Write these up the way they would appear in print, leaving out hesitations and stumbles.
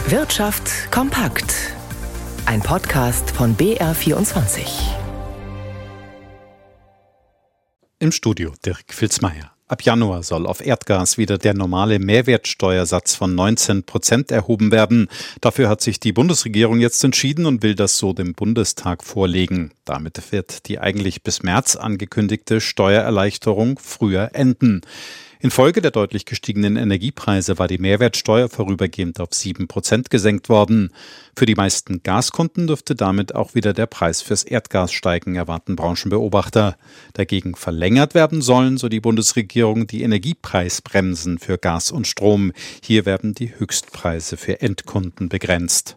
Wirtschaft kompakt. Ein Podcast von BR24. Im Studio Dirk Filzmeier. Ab Januar soll auf Erdgas wieder der normale Mehrwertsteuersatz von 19% erhoben werden. Dafür hat sich die Bundesregierung jetzt entschieden und will das so dem Bundestag vorlegen. Damit wird die eigentlich bis März angekündigte Steuererleichterung früher enden. Infolge der deutlich gestiegenen Energiepreise war die Mehrwertsteuer vorübergehend auf 7% gesenkt worden. Für die meisten Gaskunden dürfte damit auch wieder der Preis fürs Erdgas steigen, erwarten Branchenbeobachter. Dagegen verlängert werden sollen, so die Bundesregierung, die Energiepreisbremsen für Gas und Strom. Hier werden die Höchstpreise für Endkunden begrenzt.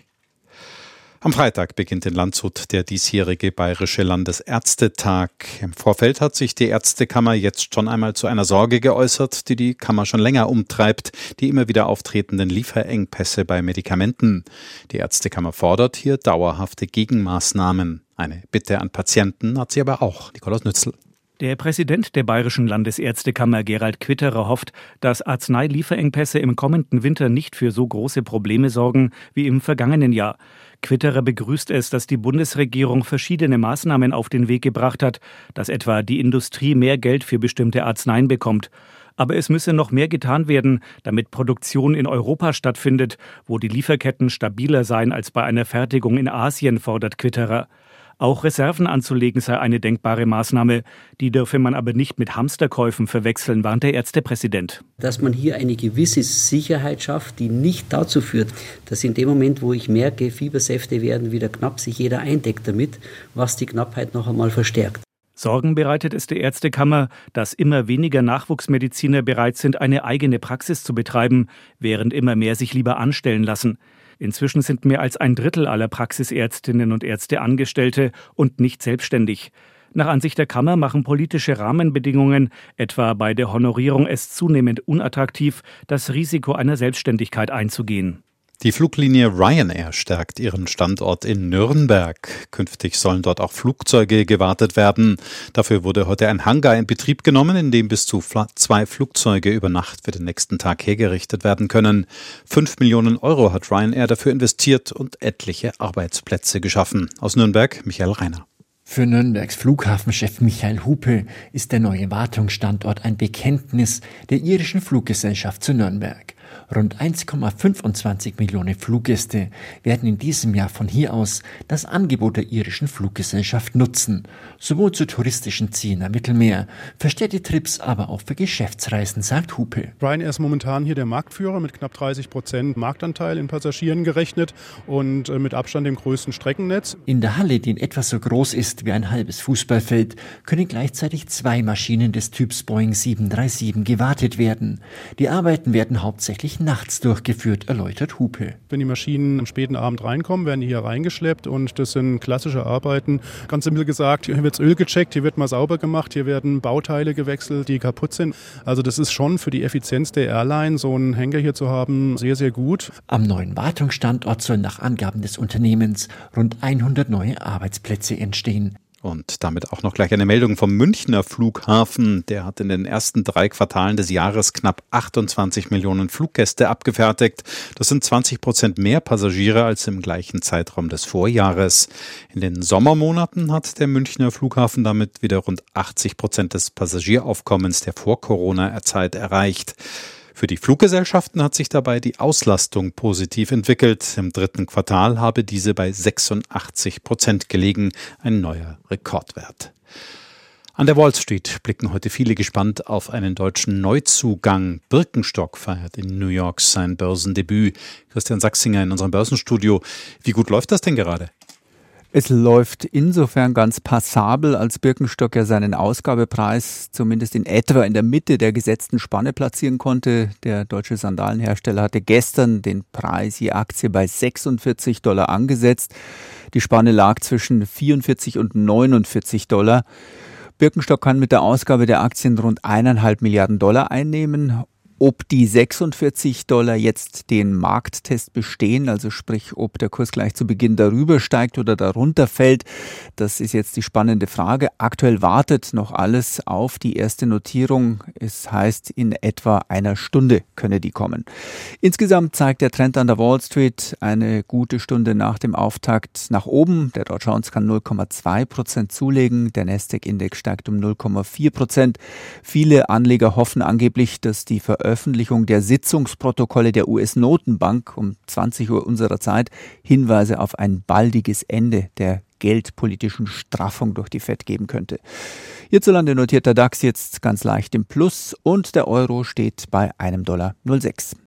Am Freitag beginnt in Landshut der diesjährige Bayerische Landesärztetag. Im Vorfeld hat sich die Ärztekammer jetzt schon einmal zu einer Sorge geäußert, die die Kammer schon länger umtreibt, die immer wieder auftretenden Lieferengpässe bei Medikamenten. Die Ärztekammer fordert hier dauerhafte Gegenmaßnahmen. Eine Bitte an Patienten hat sie aber auch. Nikolaus Nützl. Der Präsident der Bayerischen Landesärztekammer, Gerald Quitterer, hofft, dass Arzneilieferengpässe im kommenden Winter nicht für so große Probleme sorgen wie im vergangenen Jahr. Quitterer begrüßt es, dass die Bundesregierung verschiedene Maßnahmen auf den Weg gebracht hat, dass etwa die Industrie mehr Geld für bestimmte Arzneien bekommt. Aber es müsse noch mehr getan werden, damit Produktion in Europa stattfindet, wo die Lieferketten stabiler seien als bei einer Fertigung in Asien, fordert Quitterer. Auch Reserven anzulegen sei eine denkbare Maßnahme. Die dürfe man aber nicht mit Hamsterkäufen verwechseln, warnt der Ärztepräsident. Dass man hier eine gewisse Sicherheit schafft, die nicht dazu führt, dass in dem Moment, wo ich merke, Fiebersäfte werden wieder knapp, sich jeder eindeckt damit, was die Knappheit noch einmal verstärkt. Sorgen bereitet es der Ärztekammer, dass immer weniger Nachwuchsmediziner bereit sind, eine eigene Praxis zu betreiben, während immer mehr sich lieber anstellen lassen. Inzwischen sind mehr als ein Drittel aller Praxisärztinnen und Ärzte Angestellte und nicht selbstständig. Nach Ansicht der Kammer machen politische Rahmenbedingungen, etwa bei der Honorierung, es zunehmend unattraktiv, das Risiko einer Selbstständigkeit einzugehen. Die Fluglinie Ryanair stärkt ihren Standort in Nürnberg. Künftig sollen dort auch Flugzeuge gewartet werden. Dafür wurde heute ein Hangar in Betrieb genommen, in dem bis zu 2 Flugzeuge über Nacht für den nächsten Tag hergerichtet werden können. 5 Millionen Euro hat Ryanair dafür investiert und etliche Arbeitsplätze geschaffen. Aus Nürnberg, Michael Reiner. Für Nürnbergs Flughafenchef Michael Hupe ist der neue Wartungsstandort ein Bekenntnis der irischen Fluggesellschaft zu Nürnberg. Rund 1,25 Millionen Fluggäste werden in diesem Jahr von hier aus das Angebot der irischen Fluggesellschaft nutzen, sowohl zu touristischen Zielen am Mittelmeer, für Städtetrips, aber auch für Geschäftsreisen, sagt Hupe. Ryanair ist momentan hier der Marktführer mit knapp 30% Marktanteil in Passagieren gerechnet und mit Abstand dem größten Streckennetz. In der Halle, die in etwa so groß ist wie ein halbes Fußballfeld, können gleichzeitig 2 Maschinen des Typs Boeing 737 gewartet werden. Die Arbeiten werden hauptsächlich nachts durchgeführt, erläutert Hupe. Wenn die Maschinen am späten Abend reinkommen, werden die hier reingeschleppt und das sind klassische Arbeiten. Ganz simpel gesagt, hier wird Öl gecheckt, hier wird mal sauber gemacht, hier werden Bauteile gewechselt, die kaputt sind. Also das ist schon für die Effizienz der Airline, so einen Hänger hier zu haben, sehr, sehr gut. Am neuen Wartungsstandort sollen nach Angaben des Unternehmens rund 100 neue Arbeitsplätze entstehen. Und damit auch noch gleich eine Meldung vom Münchner Flughafen. Der hat in den ersten 3 Quartalen des Jahres knapp 28 Millionen Fluggäste abgefertigt. Das sind 20% mehr Passagiere als im gleichen Zeitraum des Vorjahres. In den Sommermonaten hat der Münchner Flughafen damit wieder rund 80% des Passagieraufkommens der Vor-Corona-Zeit erreicht. Für die Fluggesellschaften hat sich dabei die Auslastung positiv entwickelt. Im 3. Quartal habe diese bei 86% gelegen, ein neuer Rekordwert. An der Wall Street blicken heute viele gespannt auf einen deutschen Neuzugang. Birkenstock feiert in New York sein Börsendebüt. Christian Sachsinger in unserem Börsenstudio. Wie gut läuft das denn gerade? Es läuft insofern ganz passabel, als Birkenstock ja seinen Ausgabepreis zumindest in etwa in der Mitte der gesetzten Spanne platzieren konnte. Der deutsche Sandalenhersteller hatte gestern den Preis je Aktie bei $46 angesetzt. Die Spanne lag zwischen 44 und $49. Birkenstock kann mit der Ausgabe der Aktien rund $1,5 Milliarden einnehmen. ob die $46 jetzt den Markttest bestehen, also sprich, ob der Kurs gleich zu Beginn darüber steigt oder darunter fällt, das ist jetzt die spannende Frage. Aktuell wartet noch alles auf die erste Notierung. Es heißt, in etwa einer Stunde könne die kommen. Insgesamt zeigt der Trend an der Wall Street eine gute Stunde nach dem Auftakt nach oben. Der Dow Jones kann 0,2% zulegen, der Nasdaq-Index steigt um 0,4%. Viele Anleger hoffen angeblich, dass die Veröffentlichung der Sitzungsprotokolle der US-Notenbank um 20 Uhr unserer Zeit Hinweise auf ein baldiges Ende der geldpolitischen Straffung durch die FED geben könnte. Hierzulande notiert der DAX jetzt ganz leicht im Plus und der Euro steht bei $1,06.